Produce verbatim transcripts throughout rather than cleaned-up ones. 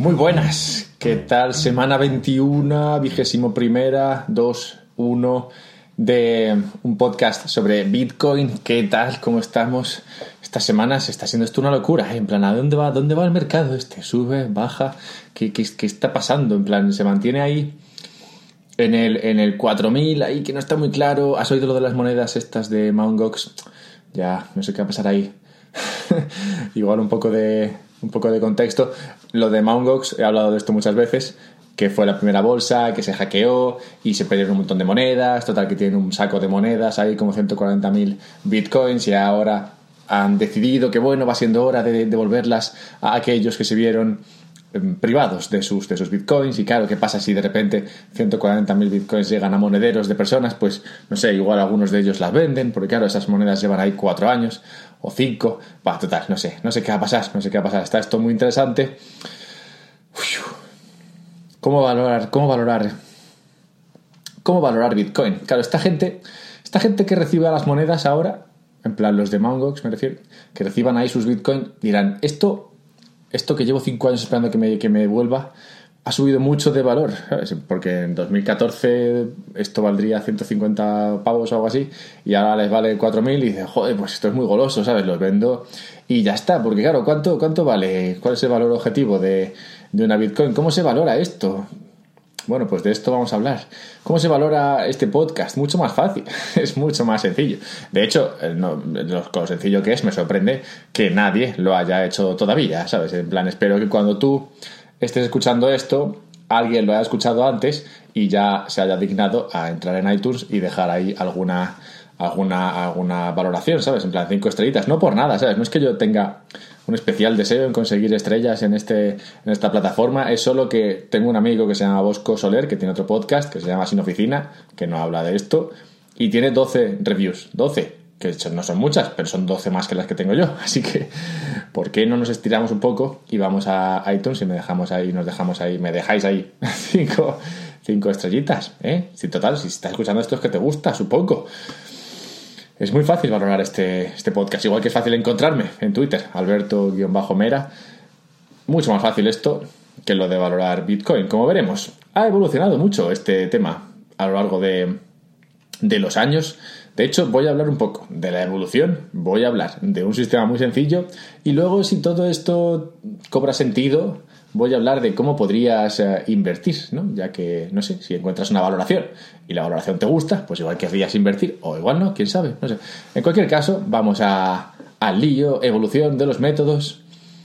Muy buenas, ¿qué tal? Semana veintiuno, vigésimo primera, dos, uno de un podcast sobre Bitcoin. ¿Qué tal? ¿Cómo estamos? Estas semanas está siendo esto una locura, ¿eh? En plan, ¿a dónde va? ¿Dónde va el mercado este? ¿Sube? ¿Baja? ¿Qué, qué, qué está pasando? En plan, se mantiene ahí en el, en el cuatro mil, ahí que no está muy claro. ¿Has oído lo de las monedas estas de Mt. Gox? Ya, no sé qué va a pasar ahí. Igual un poco de un poco de contexto. Lo de Mt. Gox, he hablado de esto muchas veces, que fue la primera bolsa que se hackeó y se perdieron un montón de monedas. Total, que tienen un saco de monedas ahí, como ciento cuarenta mil bitcoins, y ahora han decidido que bueno, va siendo hora de devolverlas a aquellos que se vieron privados de sus, de sus bitcoins. Y claro, ¿qué pasa si de repente ciento cuarenta mil bitcoins llegan a monederos de personas? Pues no sé, igual algunos de ellos las venden, porque claro, esas monedas llevan ahí cuatro años o cinco. Bah, total, no sé, no sé qué va a pasar, no sé qué va a pasar. Está esto muy interesante. Uf. ¿Cómo valorar, cómo valorar, cómo valorar Bitcoin? Claro, esta gente, esta gente que reciba las monedas ahora, en plan los de Mt. Gox me refiero, que reciban ahí sus bitcoins, dirán, esto Esto que llevo cinco años esperando que me, que me devuelva ha subido mucho de valor, ¿sabes? Porque en dos mil catorce esto valdría ciento cincuenta pavos o algo así, y ahora les vale cuatro mil y dicen, joder, pues esto es muy goloso, ¿sabes? Los vendo y ya está. Porque claro, ¿cuánto, cuánto vale? ¿Cuál es el valor objetivo de, de una Bitcoin? ¿Cómo se valora esto? Bueno, pues de esto vamos a hablar. ¿Cómo se valora este podcast? Mucho más fácil, es mucho más sencillo. De hecho, no, lo sencillo que es, me sorprende que nadie lo haya hecho todavía, ¿sabes? En plan, espero que cuando tú estés escuchando esto, alguien lo haya escuchado antes y ya se haya dignado a entrar en iTunes y dejar ahí alguna, alguna, alguna valoración, ¿sabes? En plan, cinco estrellitas. No por nada, ¿sabes? No es que yo tenga un especial deseo en conseguir estrellas en este en esta plataforma, es solo que tengo un amigo que se llama Bosco Soler, que tiene otro podcast que se llama Sin Oficina, que no habla de esto, y tiene doce reviews, doce, que no son muchas, pero son doce más que las que tengo yo, así que ¿por qué no nos estiramos un poco y vamos a iTunes y me dejamos ahí, nos dejamos ahí, me dejáis ahí cinco, cinco estrellitas, ¿eh? Si total, si estás escuchando esto es que te gusta, supongo. Es muy fácil valorar este, este podcast, igual que es fácil encontrarme en Twitter, Alberto-Mera. Mucho más fácil esto que lo de valorar Bitcoin. Como veremos, ha evolucionado mucho este tema a lo largo de, de los años. De hecho, voy a hablar un poco de la evolución, voy a hablar de un sistema muy sencillo, y luego, si todo esto cobra sentido, voy a hablar de cómo podrías uh, invertir, ¿no? Ya que, no sé, si encuentras una valoración y la valoración te gusta, pues igual querrías invertir, o igual no, quién sabe, no sé. En cualquier caso, vamos a, al lío, evolución de los métodos.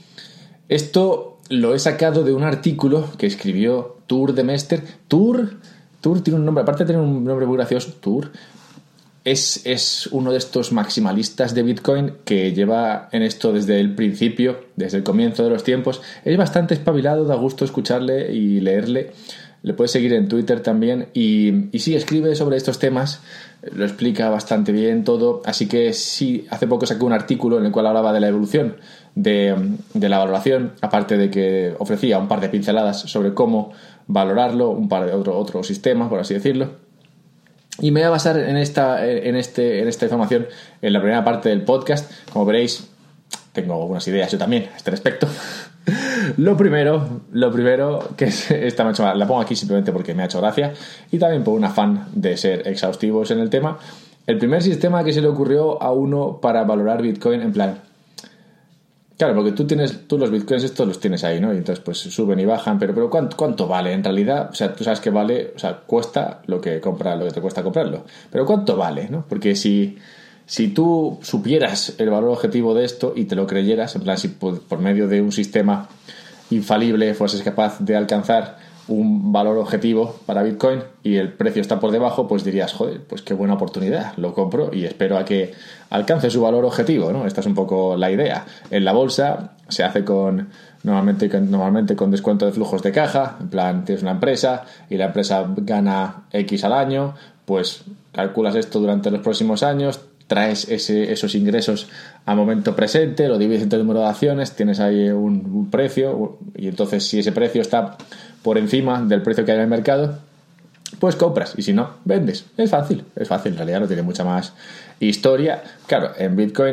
Esto lo he sacado de un artículo que escribió Tuur Demeester. Tuur, Tuur tiene un nombre, aparte de tener un nombre muy gracioso, Tuur, Es, es uno de estos maximalistas de Bitcoin que lleva en esto desde el principio, desde el comienzo de los tiempos. Es bastante espabilado, da gusto escucharle y leerle. Le puedes seguir en Twitter también. Y, y sí, escribe sobre estos temas, lo explica bastante bien todo. Así que sí, hace poco sacó un artículo en el cual hablaba de la evolución de, de la valoración, aparte de que ofrecía un par de pinceladas sobre cómo valorarlo, un par de otro, otro sistema, por así decirlo. Y me voy a basar en esta, en, este, en esta información en la primera parte del podcast. Como veréis, tengo algunas ideas yo también a este respecto. Lo primero, lo primero que es, esta me ha hecho, la pongo aquí simplemente porque me ha hecho gracia y también por un afán de ser exhaustivos en el tema. El primer sistema que se le ocurrió a uno para valorar Bitcoin, en plan, claro, porque tú tienes, tú los bitcoins estos los tienes ahí, ¿no? Y entonces pues suben y bajan, pero, pero ¿cuánto, cuánto vale? En realidad, o sea, tú sabes que vale, o sea, cuesta lo que compra, lo que te cuesta comprarlo. Pero ¿cuánto vale, no? Porque si, si tú supieras el valor objetivo de esto y te lo creyeras, en plan, si por, por medio de un sistema infalible fueses capaz de alcanzar un valor objetivo para Bitcoin y el precio está por debajo, pues dirías, joder, pues qué buena oportunidad, lo compro y espero a que alcance su valor objetivo, ¿no? Esta es un poco la idea. En la bolsa se hace con normalmente, normalmente con descuento de flujos de caja, en plan, tienes una empresa y la empresa gana X al año, pues calculas esto durante los próximos años, traes ese, esos ingresos al momento presente, lo divides entre el número de acciones, tienes ahí un, un precio, y entonces si ese precio está por encima del precio que hay en el mercado, pues compras, y si no, vendes. Es fácil, es fácil, en realidad no tiene mucha más historia. Claro, en Bitcoin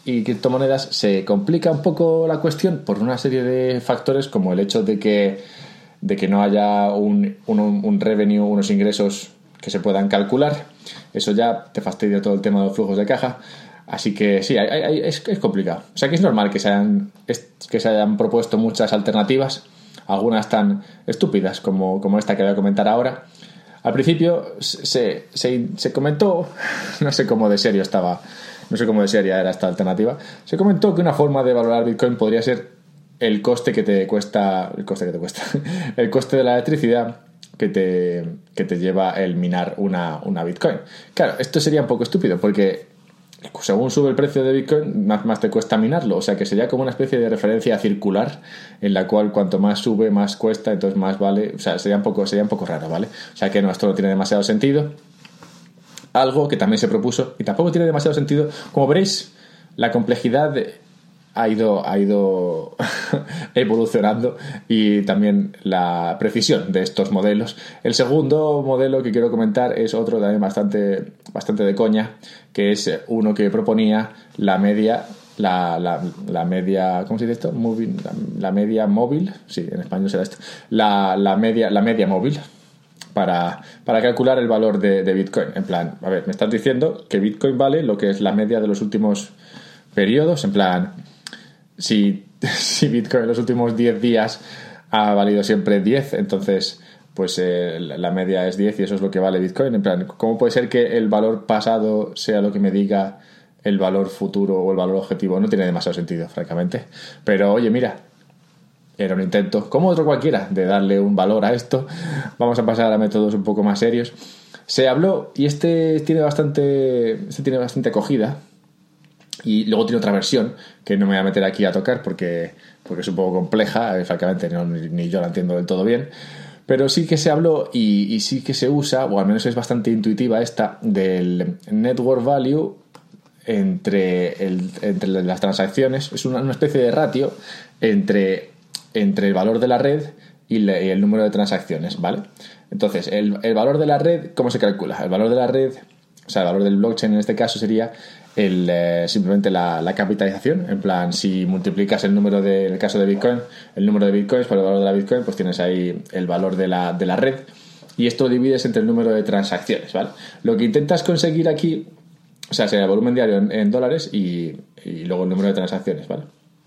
y criptomonedas se complica un poco la cuestión por una serie de factores, como el hecho de que, de que no haya un, un, un revenue, unos ingresos que se puedan calcular. Eso ya te fastidia todo el tema de los flujos de caja. Así que sí, hay, hay, es, es complicado. O sea que es normal que se hayan, que se hayan propuesto muchas alternativas, algunas tan estúpidas como, como esta que voy a comentar ahora. Al principio se, se, se comentó, no sé cómo de serio estaba, no sé cómo de seria era esta alternativa, se comentó que una forma de valorar Bitcoin podría ser el coste que te cuesta, el coste que te cuesta, el coste de la electricidad que te, que te lleva el minar una, una Bitcoin. Claro, esto sería un poco estúpido porque según sube el precio de Bitcoin, más, más te cuesta minarlo. O sea que sería como una especie de referencia circular en la cual cuanto más sube, más cuesta, entonces más vale. O sea, sería un poco, sería un poco raro, ¿vale? O sea que no, esto no tiene demasiado sentido. Algo que también se propuso y tampoco tiene demasiado sentido. Como veréis, la complejidad ha ido, ha ido evolucionando y también la precisión de estos modelos. El segundo modelo que quiero comentar es otro también bastante, bastante de coña, que es uno que proponía la media, la, la, la media, ¿cómo se dice esto? Moving, la, la media móvil, sí, en español será esto, la, la media, la media móvil. Para, para calcular el valor de, de Bitcoin. En plan, a ver, me estás diciendo que Bitcoin vale lo que es la media de los últimos periodos. En plan, si, si Bitcoin en los últimos diez días ha valido siempre diez, entonces pues eh, la media es diez y eso es lo que vale Bitcoin. En plan, ¿cómo puede ser que el valor pasado sea lo que me diga el valor futuro o el valor objetivo? No tiene demasiado sentido, francamente. Pero oye, mira, era un intento, como otro cualquiera, de darle un valor a esto. Vamos a pasar a métodos un poco más serios. Se habló, y este tiene bastante, este tiene bastante acogida, y luego tiene otra versión que no me voy a meter aquí a tocar porque, porque es un poco compleja, eh, francamente no, ni, ni yo la entiendo del todo bien. Pero sí que se habló y, y sí que se usa, o al menos es bastante intuitiva esta, del network value entre, el, entre las transacciones. Es una, una especie de ratio entre entre el valor de la red y, le, y el número de transacciones, ¿vale? Entonces, el, el valor de la red, ¿cómo se calcula? El valor de la red, o sea, el valor del blockchain en este caso sería el, eh, simplemente la, la capitalización. En plan, si multiplicas el número de, en el caso de Bitcoin, el número de Bitcoins por el valor de la Bitcoin, pues tienes ahí el valor de la, de la red, y esto lo divides entre el número de transacciones, ¿vale? Lo que intentas conseguir aquí, o sea, sería el volumen diario en, en dólares y, y luego el número de transacciones, ¿vale?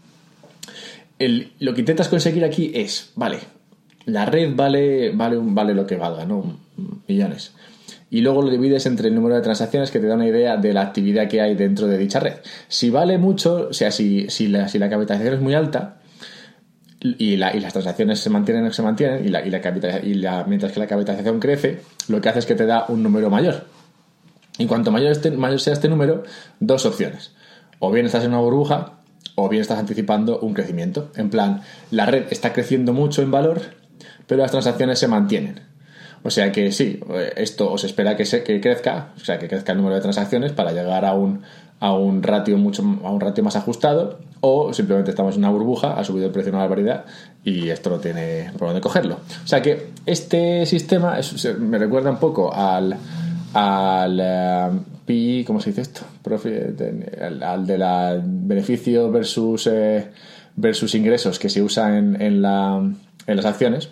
El, lo que intentas conseguir aquí es, vale, la red vale, vale, vale lo que valga, ¿no? Millones. Y luego lo divides entre el número de transacciones, que te da una idea de la actividad que hay dentro de dicha red. Si vale mucho, o sea, si, si, la, si la capitalización es muy alta y, la, y las transacciones se mantienen o se mantienen, y, la, y, la capitalización, y la, mientras que la capitalización crece, lo que hace es que te da un número mayor. Y cuanto mayor, este, mayor sea este número, dos opciones. O bien estás en una burbuja, o bien estás anticipando un crecimiento. En plan, la red está creciendo mucho en valor, pero las transacciones se mantienen. O sea que sí, esto os espera que, se, que crezca, o sea, que crezca el número de transacciones para llegar a un, a un ratio mucho, a un ratio más ajustado, o simplemente estamos en una burbuja, ha subido el precio una barbaridad y esto no tiene por dónde cogerlo. O sea que este sistema es, me recuerda un poco al al uh, P I, ¿cómo se dice esto? Profit, al, al de la beneficio versus eh, versus ingresos que se usa en, en, la, en las acciones,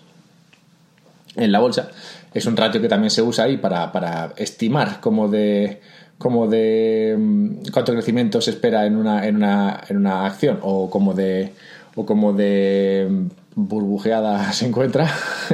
en la bolsa. Es un ratio que también se usa ahí para, para estimar como de como de um, cuánto crecimiento se espera en una en una en una acción, o como de o como de burbujeada se encuentra.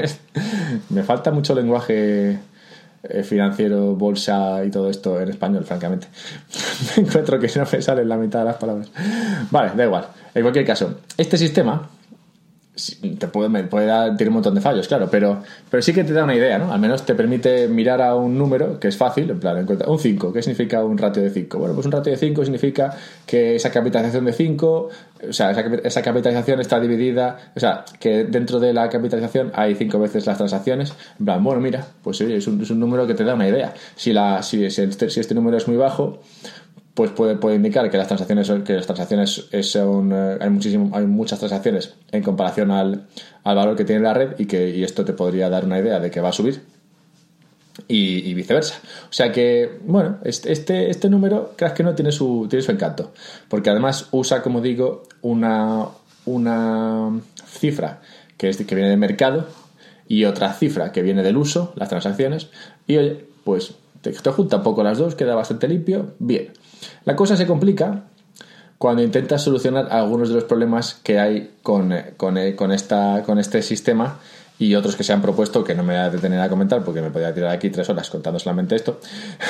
Me falta mucho lenguaje financiero, bolsa y todo esto en español, francamente. Me encuentro que no me salen la mitad de las palabras. Vale, da igual. En cualquier caso, este sistema te puede, me puede dar, tiene un montón de fallos, claro, pero, pero sí que te da una idea, ¿no? Al menos te permite mirar a un número que es fácil, en plan, encuentra un cinco. ¿Qué significa un ratio de cinco? Bueno, pues un ratio de cinco significa que esa capitalización de cinco, o sea, esa, esa capitalización está dividida, o sea, que dentro de la capitalización hay cinco veces las transacciones. En plan, bueno, mira, pues sí, es un, es un número que te da una idea. Si, la, si, si, este, si este número es muy bajo, pues puede, puede indicar que las transacciones que las transacciones son eh, hay muchísimo hay muchas transacciones en comparación al, al valor que tiene la red, y que y esto te podría dar una idea de que va a subir. y, y viceversa. O sea que, bueno, este, este número, creas que no, tiene su, tiene su encanto, porque además usa, como digo, una, una cifra que, es, que viene del mercado y otra cifra que viene del uso, las transacciones, y oye, pues te, te junta un poco las dos, queda bastante limpio, bien. La cosa se complica cuando intentas solucionar algunos de los problemas que hay con, con, con, esta, con este sistema y otros que se han propuesto, que no me voy a detener a comentar porque me podría tirar aquí tres horas contando solamente esto.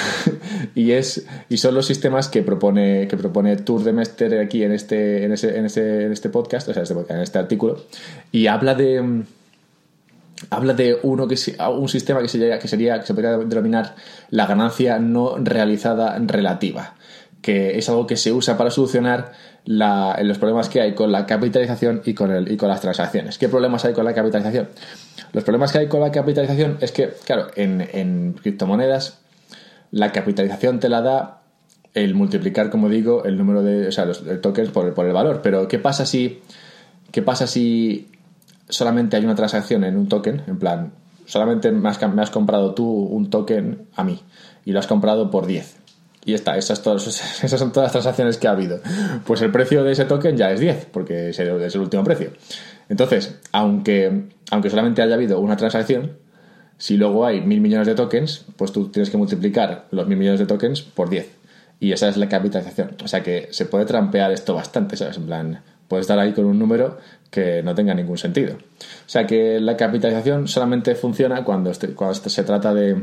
y es y son los sistemas que propone que propone Tour de Mester aquí en este en ese en este en este podcast, o sea, este podcast, en este artículo, y habla de habla de uno que un sistema que sería que sería que se podría denominar la ganancia no realizada relativa, que es algo que se usa para solucionar la, los problemas que hay con la capitalización y con, el, y con las transacciones. ¿Qué problemas hay con la capitalización? Los problemas que hay con la capitalización es que, claro, en, en criptomonedas la capitalización te la da el multiplicar, como digo, el número de, o sea, los tokens por, por el valor. Pero ¿qué pasa si qué pasa si solamente hay una transacción en un token? En plan, solamente me has, me has comprado tú un token a mí y lo has comprado por diez. Y está, esas, todas, esas son todas las transacciones que ha habido. Pues el precio de ese token ya es diez, porque es el, es el último precio. Entonces, aunque, aunque solamente haya habido una transacción, si luego hay mil millones de tokens, pues tú tienes que multiplicar los mil millones de tokens por diez. Y esa es la capitalización. O sea que se puede trampear esto bastante, ¿sabes? En plan, puedes estar ahí con un número que no tenga ningún sentido. O sea que la capitalización solamente funciona cuando, este, cuando se trata de,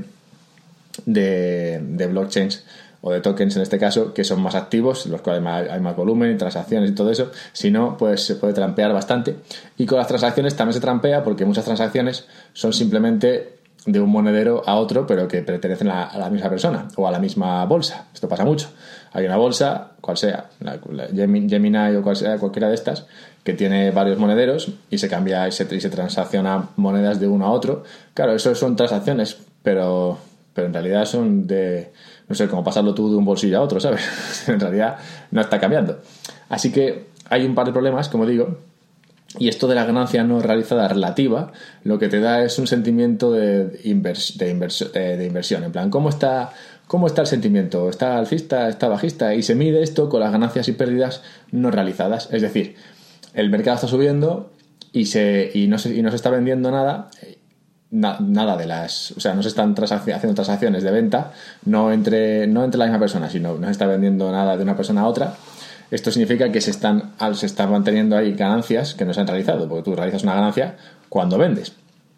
de, de blockchains o de tokens en este caso, que son más activos, en los cuales hay más volumen, transacciones y todo eso. Si no, pues se puede trampear bastante. Y con las transacciones también se trampea, porque muchas transacciones son simplemente de un monedero a otro, pero que pertenecen a, a la misma persona o a la misma bolsa. Esto pasa mucho. Hay una bolsa, cual sea, la, la Gemini o cual sea, cualquiera de estas, que tiene varios monederos y se cambia y se, y se transacciona monedas de uno a otro. Claro, eso son transacciones, pero, pero en realidad son de... no sé, como pasarlo tú de un bolsillo a otro, ¿sabes? En realidad no está cambiando. Así que hay un par de problemas, como digo, y esto de la ganancia no realizada relativa, lo que te da es un sentimiento de, invers- de, invers- de, de inversión. En plan, ¿cómo está, ¿cómo está el sentimiento? ¿Está alcista? ¿Está bajista? Y se mide esto con las ganancias y pérdidas no realizadas. Es decir, el mercado está subiendo y, se, y, no, se, y no se está vendiendo nada... Na, nada de las, o sea, no se están transacci- haciendo transacciones de venta, no entre, no entre la misma persona, sino no se está vendiendo nada de una persona a otra. Esto significa que se están, se están manteniendo ahí ganancias que no se han realizado, porque tú realizas una ganancia cuando vendes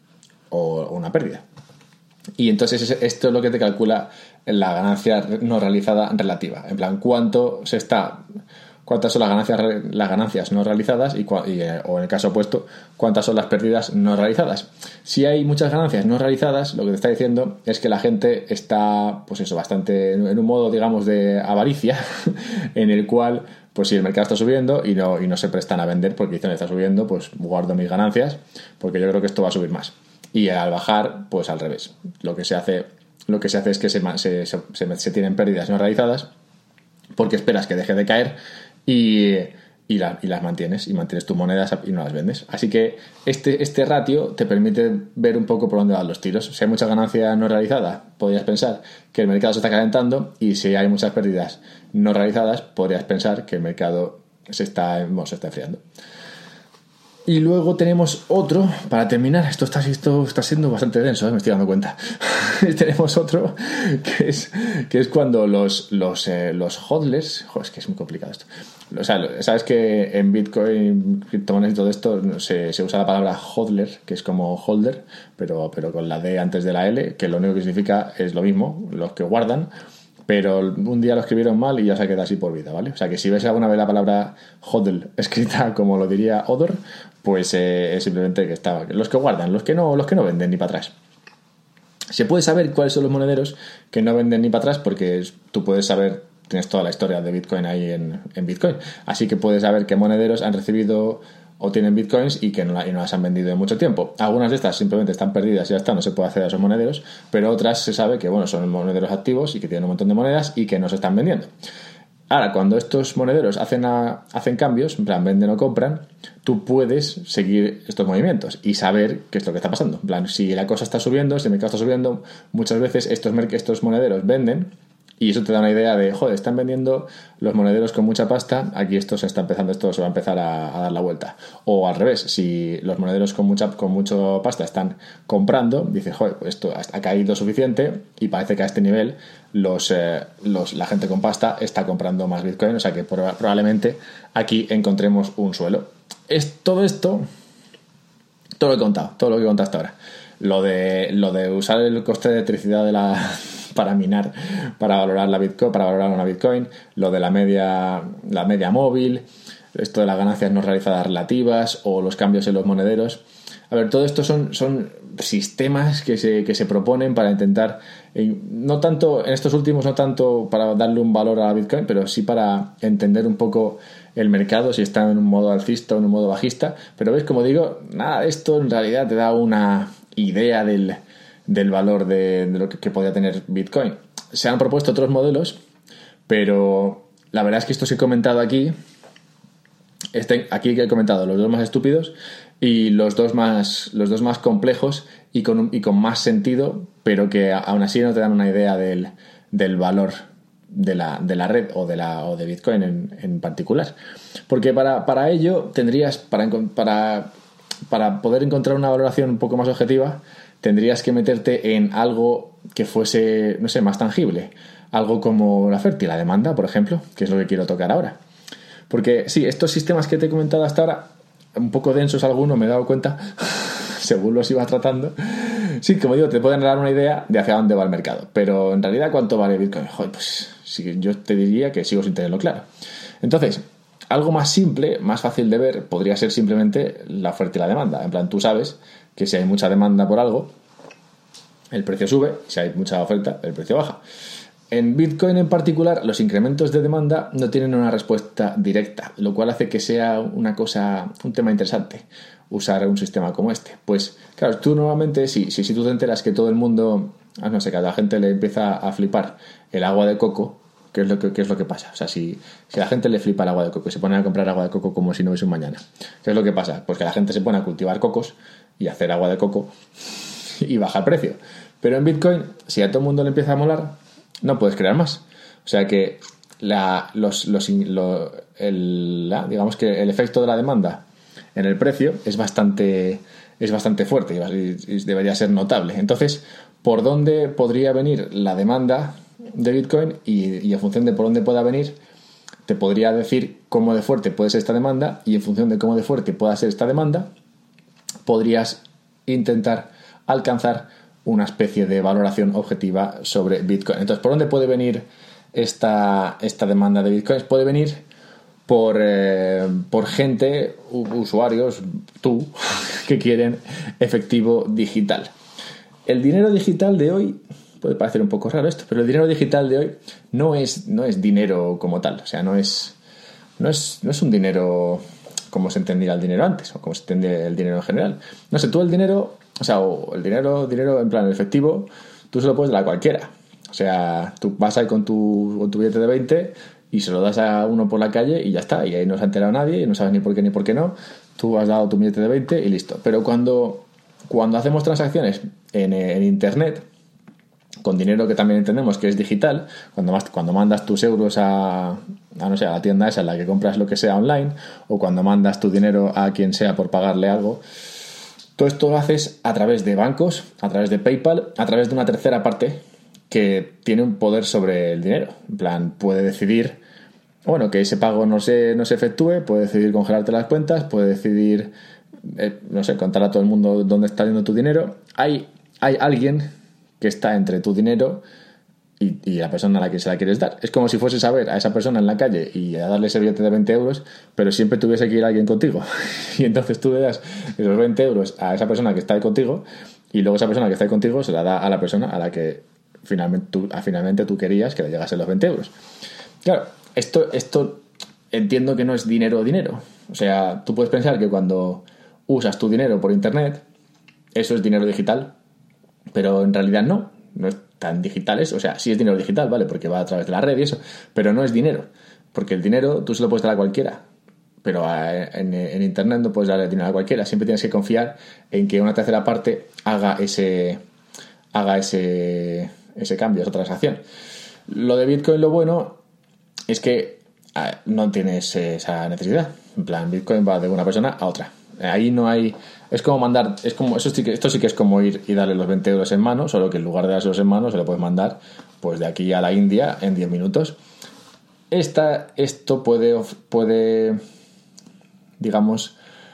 o una pérdida. Y entonces esto es lo que te calcula la ganancia no realizada relativa. En plan, cuánto se está, cuántas son las ganancias, las ganancias no realizadas y, y, o en el caso opuesto, cuántas son las pérdidas no realizadas. Si hay muchas ganancias no realizadas, lo que te está diciendo es que la gente está, pues eso, bastante en un modo, digamos, de avaricia, en el cual, pues si el mercado está subiendo y no, y no se prestan a vender porque dicen que está subiendo, pues guardo mis ganancias porque yo creo que esto va a subir más. Y al bajar, pues al revés. Lo que se hace, lo que se hace es que se, se, se, se tienen pérdidas no realizadas porque esperas que deje de caer y, y, la, y las mantienes, y mantienes tus monedas y no las vendes. Así que este, este ratio te permite ver un poco por dónde van los tiros. Si hay mucha ganancia no realizada, podrías pensar que el mercado se está calentando, y si hay muchas pérdidas no realizadas, podrías pensar que el mercado se está, bueno, se está enfriando. Y luego tenemos otro, para terminar, esto está, esto está siendo bastante denso, ¿eh? Me estoy dando cuenta. Tenemos otro que es, que es cuando los, los, eh, los hodlers, jo, es que es muy complicado esto. O sea, sabes que en Bitcoin, criptomonedas y todo esto se, se usa la palabra hodler, que es como holder, pero, pero con la D antes de la L, que lo único que significa es lo mismo, los que guardan, pero un día lo escribieron mal y ya se queda así por vida, ¿vale? O sea que si ves alguna vez la palabra hodl escrita como lo diría Odor, pues eh, es simplemente que estaba los que guardan, los que no, los que no venden ni para atrás. Se puede saber cuáles son los monederos que no venden ni para atrás, porque tú puedes saber, tienes toda la historia de Bitcoin ahí en, en Bitcoin, así que puedes saber qué monederos han recibido o tienen Bitcoins y que no, y no las han vendido en mucho tiempo. Algunas de estas simplemente están perdidas y ya está, no se puede acceder a esos monederos, pero otras se sabe que, bueno, son monederos activos y que tienen un montón de monedas y que no se están vendiendo. Ahora, cuando estos monederos hacen, a, hacen cambios, en plan venden o compran, tú puedes seguir estos movimientos y saber qué es lo que está pasando. En plan, si la cosa está subiendo, si el mercado está subiendo, muchas veces estos, estos monederos venden y eso te da una idea de, joder, están vendiendo los monederos con mucha pasta, aquí esto se está empezando, esto se va a empezar a, a dar la vuelta. O al revés, si los monederos con mucha con mucho pasta están comprando, dices, joder, pues esto ha caído suficiente y parece que a este nivel los, eh, los la gente con pasta está comprando más Bitcoin, o sea que probablemente aquí encontremos un suelo. Es todo esto, todo lo que he contado, todo lo que he contado hasta ahora. Lo de, lo de usar el coste de electricidad de la... para minar, para valorar la Bitcoin, para valorar una Bitcoin, lo de la media, la media móvil, esto de las ganancias no realizadas relativas o los cambios en los monederos. A ver, todo esto son, son sistemas que se, que se proponen para intentar, no tanto, en estos últimos no tanto para darle un valor a la Bitcoin, pero sí para entender un poco el mercado, si está en un modo alcista o en un modo bajista. Pero ves, como digo, nada de esto en realidad te da una idea del del valor de, de lo que, que podía tener Bitcoin. Se han propuesto otros modelos, pero la verdad es que estos que he comentado aquí, este, aquí que he comentado los dos más estúpidos y los dos más, los dos más complejos y con, y con más sentido, pero que aún así no te dan una idea del, del valor de la, de la red o de, la, o de Bitcoin en, en particular. Porque para, para ello tendrías, para, para, para poder encontrar una valoración un poco más objetiva, tendrías que meterte en algo que fuese, no sé, más tangible. Algo como la oferta y la demanda, por ejemplo, que es lo que quiero tocar ahora. Porque sí, estos sistemas que te he comentado hasta ahora, un poco densos algunos, me he dado cuenta, según los iba tratando. Sí, como digo, te pueden dar una idea de hacia dónde va el mercado. Pero en realidad, ¿cuánto vale Bitcoin? Joder, pues sí, yo te diría que sigo sin tenerlo claro. Entonces, algo más simple, más fácil de ver, podría ser simplemente la oferta y la demanda. En plan, tú sabes que si hay mucha demanda por algo, el precio sube, si hay mucha oferta, el precio baja. En Bitcoin en particular, los incrementos de demanda no tienen una respuesta directa, lo cual hace que sea una cosa, un tema interesante usar un sistema como este. Pues claro, tú normalmente, si, si, si tú te enteras que todo el mundo, no sé, que a la gente le empieza a flipar el agua de coco, ¿qué es lo que, qué es lo que pasa? O sea, si, si a la gente le flipa el agua de coco y se pone a comprar agua de coco como si no hubiese un mañana, ¿qué es lo que pasa? Pues que la gente se pone a cultivar cocos y hacer agua de coco y baja el precio. Pero en Bitcoin, si a todo el mundo le empieza a molar, no puedes crear más. O sea que la, los, los, lo, el, la, digamos que el efecto de la demanda en el precio es bastante, es bastante fuerte y, y debería ser notable. Entonces, ¿por dónde podría venir la demanda de Bitcoin? Y, y en función de por dónde pueda venir, te podría decir cómo de fuerte puede ser esta demanda, y en función de cómo de fuerte pueda ser esta demanda, podrías intentar alcanzar una especie de valoración objetiva sobre Bitcoin. Entonces, ¿por dónde puede venir esta, esta demanda de Bitcoin? Puede venir por, eh, por gente, usuarios, tú, que quieren efectivo digital. El dinero digital de hoy, puede parecer un poco raro esto, pero el dinero digital de hoy no es, no es dinero como tal. O sea, no es, no es, no es un dinero como se entendía el dinero antes, o como se entendía el dinero en general. No sé, tú el dinero... O sea, o el dinero, dinero en plan el efectivo, tú se lo puedes dar a cualquiera. O sea, tú vas ahí con tu, con tu billete de veinte y se lo das a uno por la calle y ya está. Y ahí no se ha enterado nadie y no sabes ni por qué ni por qué no. Tú has dado tu billete de veinte y listo. Pero cuando, cuando hacemos transacciones en, en Internet, con dinero que también entendemos que es digital, cuando, más, cuando mandas tus euros a, a, no sé, a la tienda esa en la que compras lo que sea online, o cuando mandas tu dinero a quien sea por pagarle algo, todo esto lo haces a través de bancos, a través de PayPal, a través de una tercera parte que tiene un poder sobre el dinero. En plan, puede decidir, bueno, que ese pago no se, no se efectúe, puede decidir congelarte las cuentas, puede decidir, eh, no sé, contar a todo el mundo dónde está yendo tu dinero. Hay, hay alguien que está entre tu dinero y, y la persona a la que se la quieres dar. Es como si fueses a ver a esa persona en la calle y a darle ese billete de veinte euros, pero siempre tuviese que ir alguien contigo. Y entonces tú le das esos veinte euros a esa persona que está ahí contigo, y luego esa persona que está ahí contigo se la da a la persona a la que finalmente tú, a finalmente tú querías que le llegasen los veinte euros. Claro, esto, esto entiendo que no es dinero dinero. O sea, tú puedes pensar que cuando usas tu dinero por internet, eso es dinero digital, pero en realidad no. No es tan digital eso, o sea, sí es dinero digital, ¿vale? Porque va a través de la red y eso, pero no es dinero. Porque el dinero tú se lo puedes dar a cualquiera, pero en, en Internet no puedes darle dinero a cualquiera. Siempre tienes que confiar en que una tercera parte haga ese haga ese, ese cambio, esa transacción. Lo de Bitcoin, lo bueno es que no tienes esa necesidad. En plan, Bitcoin va de una persona a otra. Ahí no hay... Es como mandar... es como eso sí que, Esto sí que es como ir y darle los veinte euros en mano, solo que en lugar de darlos en mano se lo puedes mandar pues de aquí a la India en diez minutos. Esta, esto puede... puede digamos...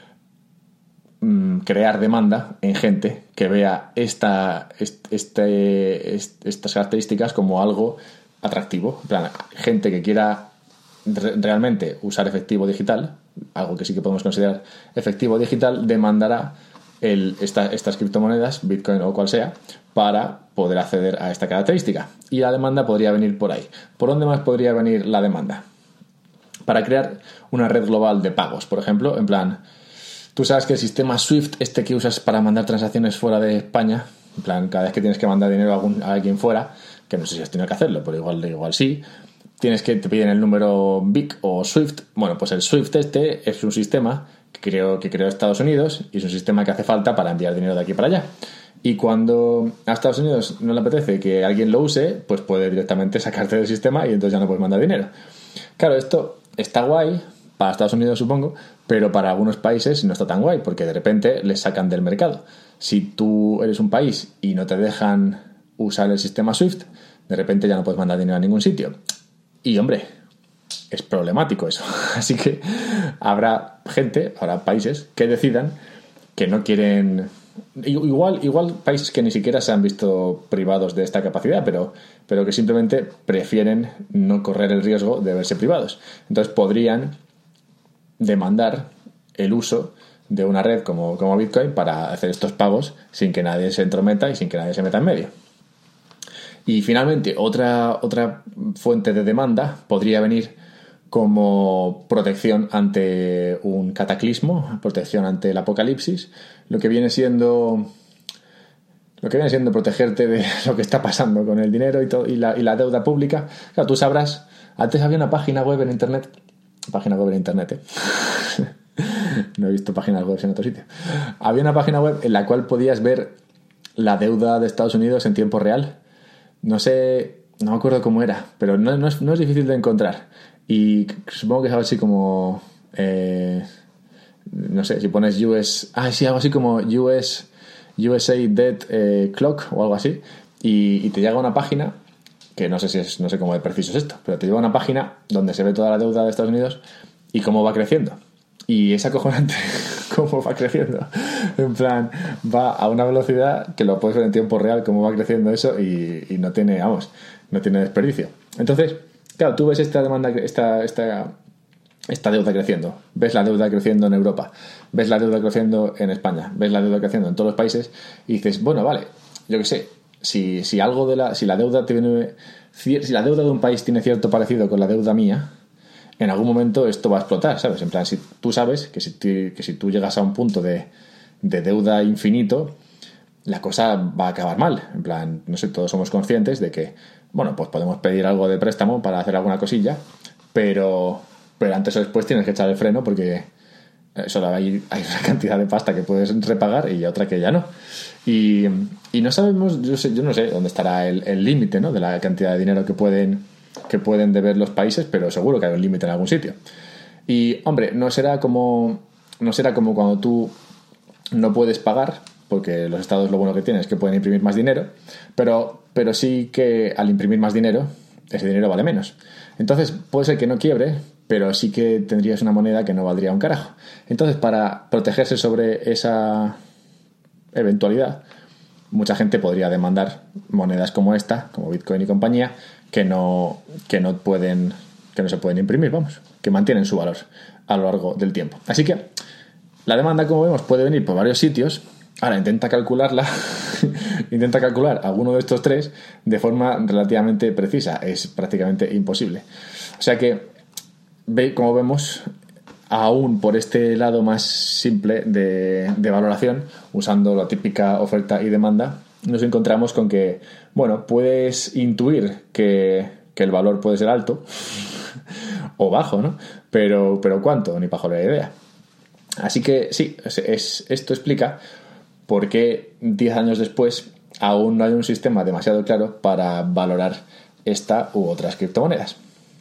crear demanda en gente que vea esta, este, estas características como algo atractivo. En plan, gente que quiera re- realmente usar efectivo digital, algo que sí que podemos considerar efectivo digital, demandará el, esta, estas criptomonedas, Bitcoin o cual sea, para poder acceder a esta característica. Y la demanda podría venir por ahí. ¿Por dónde más podría venir la demanda? Para crear una red global de pagos, por ejemplo, en plan... Tú sabes que el sistema SWIFT, este que usas para mandar transacciones fuera de España, en plan, cada vez que tienes que mandar dinero a, algún, a alguien fuera, que no sé si has tenido que hacerlo, pero igual, igual sí, tienes que te piden el número B I C o SWIFT. Bueno, pues el SWIFT este es un sistema que creó, que creó Estados Unidos y es un sistema que hace falta para enviar dinero de aquí para allá. Y cuando a Estados Unidos no le apetece que alguien lo use, pues puede directamente sacarte del sistema y entonces ya no puedes mandar dinero. Claro, esto está guay para Estados Unidos, supongo, pero para algunos países no está tan guay, porque de repente les sacan del mercado. Si tú eres un país y no te dejan usar el sistema SWIFT, de repente ya no puedes mandar dinero a ningún sitio. Y, hombre, es problemático eso. Así que habrá gente, habrá países que decidan que no quieren... Igual, igual países que ni siquiera se han visto privados de esta capacidad, pero, pero que simplemente prefieren no correr el riesgo de verse privados. Entonces podrían demandar el uso de una red como, como Bitcoin para hacer estos pagos sin que nadie se entrometa y sin que nadie se meta en medio. Y finalmente, otra, otra fuente de demanda podría venir como protección ante un cataclismo, protección ante el apocalipsis, lo que viene siendo lo que viene siendo protegerte de lo que está pasando con el dinero y, todo, y, la, y la deuda pública. Claro, tú sabrás, antes había una página web en internet, página web en internet, ¿eh? No he visto páginas web en otro sitio. Había una página web en la cual podías ver la deuda de Estados Unidos en tiempo real. No sé, no me acuerdo cómo era, pero no, no, es, no es difícil de encontrar. Y supongo que es algo así como... Eh, no sé, si pones U S... Ah, sí, algo así como U S, U S A Debt eh, Clock o algo así. Y, y te llega una página, que no sé si es, no sé cómo de preciso es esto, pero te llega una página donde se ve toda la deuda de Estados Unidos y cómo va creciendo. Y es acojonante cómo va creciendo. En plan, va a una velocidad que lo puedes ver en tiempo real, cómo va creciendo eso y, y no tiene, vamos, no tiene desperdicio. Entonces, claro, tú ves esta demanda, esta, esta, esta deuda creciendo, ves la deuda creciendo en Europa, ves la deuda creciendo en España, ves la deuda creciendo en todos los países y dices, bueno, vale, yo qué sé, si, si algo de la, si la deuda tiene, si la deuda de un país tiene cierto parecido con la deuda mía, en algún momento esto va a explotar, ¿sabes? En plan, si tú sabes que si, tú, que si tú llegas a un punto de, de deuda infinito, la cosa va a acabar mal. En plan, no sé, todos somos conscientes de que, bueno, pues podemos pedir algo de préstamo para hacer alguna cosilla, pero, pero antes o después tienes que echar el freno porque solo hay, hay una cantidad de pasta que puedes repagar y otra que ya no. Y, y no sabemos, yo, sé, yo no sé dónde estará el límite, ¿no?, de la cantidad de dinero que pueden... que pueden deber los países, pero seguro que hay un límite en algún sitio. Y, hombre, no será como no será como cuando tú no puedes pagar, porque los estados lo bueno que tienen es que pueden imprimir más dinero, pero, pero sí que al imprimir más dinero, ese dinero vale menos. Entonces, puede ser que no quiebre, pero sí que tendrías una moneda que no valdría un carajo. Entonces, para protegerse sobre esa eventualidad, mucha gente podría demandar monedas como esta, como Bitcoin y compañía, que no, que no pueden, que no se pueden imprimir, vamos, que mantienen su valor a lo largo del tiempo. Así que la demanda, como vemos, puede venir por varios sitios. Ahora intenta calcularla, intenta calcular alguno de estos tres de forma relativamente precisa. Es prácticamente imposible. O sea que, ve, como vemos, aún por este lado más simple de, de valoración, usando la típica oferta y demanda, nos encontramos con que, bueno, puedes intuir que, que el valor puede ser alto o bajo, ¿no? Pero, pero ¿cuánto? Ni para la idea. Así que sí, es, es, esto explica por qué diez años después aún no hay un sistema demasiado claro para valorar esta u otras criptomonedas.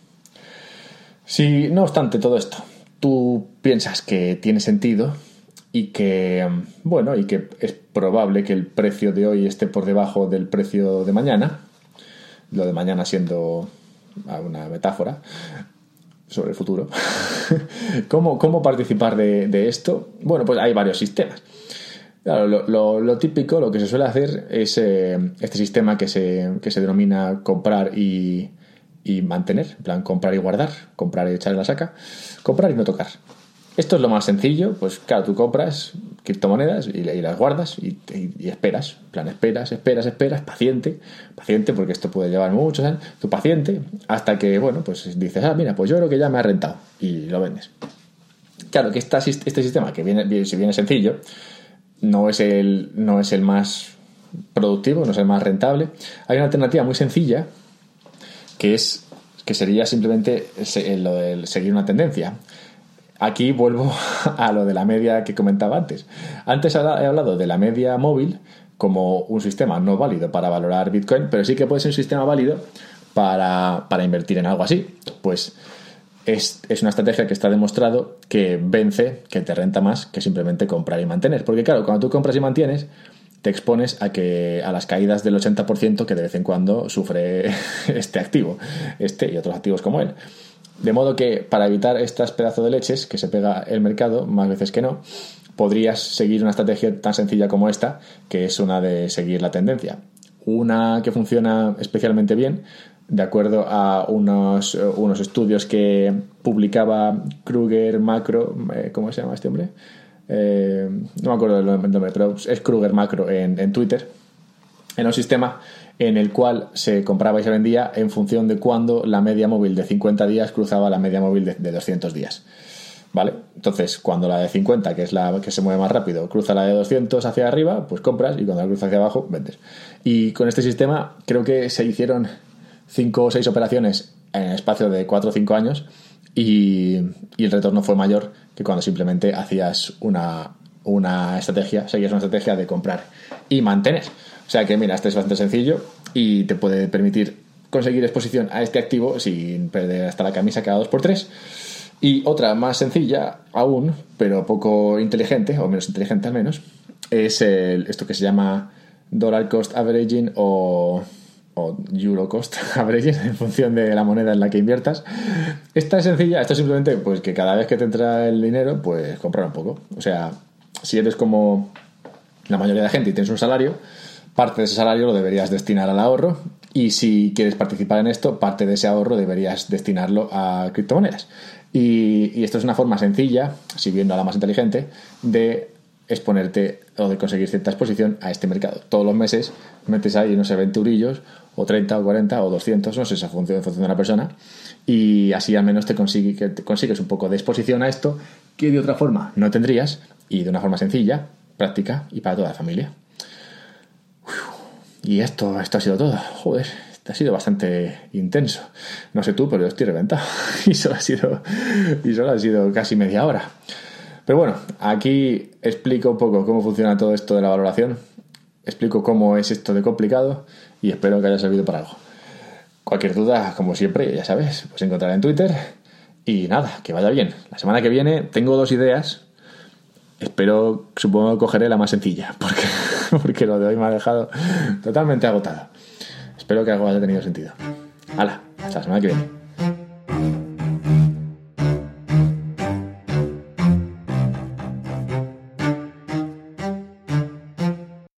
Si, no obstante todo esto, tú piensas que tiene sentido y que, bueno, y que es probable que el precio de hoy esté por debajo del precio de mañana, lo de mañana siendo una metáfora sobre el futuro. ¿Cómo, cómo participar de, de esto? Bueno, pues hay varios sistemas. Claro, lo, lo, lo típico, lo que se suele hacer es eh, este sistema que se, que se denomina comprar y, y mantener, en plan comprar y guardar, comprar y echar en la saca, comprar y no tocar. Esto es lo más sencillo, pues claro, tú compras criptomonedas y, y las guardas y, y, y esperas, en plan esperas, esperas, esperas, paciente, paciente porque esto puede llevar muchos años, tú paciente, hasta que, bueno, pues dices, ah, mira, pues yo creo que ya me ha rentado y lo vendes. Claro que esta, este sistema, que viene, si viene sencillo, no es el, no es el más productivo, no es el más rentable. Hay una alternativa muy sencilla que es que sería simplemente lo de seguir una tendencia. Aquí vuelvo a lo de la media que comentaba antes. Antes he hablado de la media móvil como un sistema no válido para valorar Bitcoin, pero sí que puede ser un sistema válido para, para invertir en algo así. Pues es, es una estrategia que está demostrado que vence, que te renta más que simplemente comprar y mantener. Porque claro, cuando tú compras y mantienes, te expones a que a las caídas del ochenta por ciento que de vez en cuando sufre este activo, este y otros activos como él. De modo que para evitar estas pedazos de leches que se pega el mercado, más veces que no, podrías seguir una estrategia tan sencilla como esta, que es una de seguir la tendencia. Una que funciona especialmente bien, de acuerdo a unos, unos estudios que publicaba Kruger Macro, ¿cómo se llama este hombre? Eh, no me acuerdo del nombre, pero es Kruger Macro en, en Twitter. En un sistema en el cual se compraba y se vendía en función de cuándo la media móvil de cincuenta días cruzaba la media móvil de, de doscientos días. ¿Vale? Entonces, cuando la de cincuenta, que es la que se mueve más rápido, cruza la de doscientos hacia arriba, pues compras, y cuando la cruza hacia abajo, vendes. Y con este sistema creo que se hicieron cinco o seis operaciones en el espacio de cuatro o cinco años y, y el retorno fue mayor que cuando simplemente hacías una, una estrategia, seguías una estrategia de comprar y mantener. O sea que mira, este es bastante sencillo y te puede permitir conseguir exposición a este activo sin perder hasta la camisa cada dos por tres. Y otra más sencilla aún, pero poco inteligente, o menos inteligente al menos, es el, esto que se llama Dollar Cost Averaging o, o Euro Cost Averaging, en función de la moneda en la que inviertas. Esta es sencilla, esto es simplemente pues que cada vez que te entra el dinero, pues comprar un poco. O sea, si eres como la mayoría de la gente y tienes un salario, parte de ese salario lo deberías destinar al ahorro, y si quieres participar en esto, parte de ese ahorro deberías destinarlo a criptomonedas. Y, y esto es una forma sencilla, si viendo a la más inteligente, de exponerte o de conseguir cierta exposición a este mercado. Todos los meses metes ahí, no sé, veinte eurillos, o treinta, o cuarenta, o doscientos, no sé, esa función en función de la persona, y así al menos te, consigue, que te consigues un poco de exposición a esto que de otra forma no tendrías, y de una forma sencilla, práctica y para toda la familia. Y esto, esto ha sido todo. Joder, esto ha sido bastante intenso. No sé tú, pero yo estoy reventado. Y solo ha sido, y solo ha sido casi media hora. Pero bueno, aquí explico un poco cómo funciona todo esto de la valoración. Explico cómo es esto de complicado y espero que haya servido para algo. Cualquier duda, como siempre, ya sabes, pues encontrar en Twitter. Y nada, que vaya bien. La semana que viene tengo dos ideas. Espero, supongo que cogeré la más sencilla, porque, porque lo de hoy me ha dejado totalmente agotado. Espero que algo haya tenido sentido. ¡Hala! Hasta la semana que viene.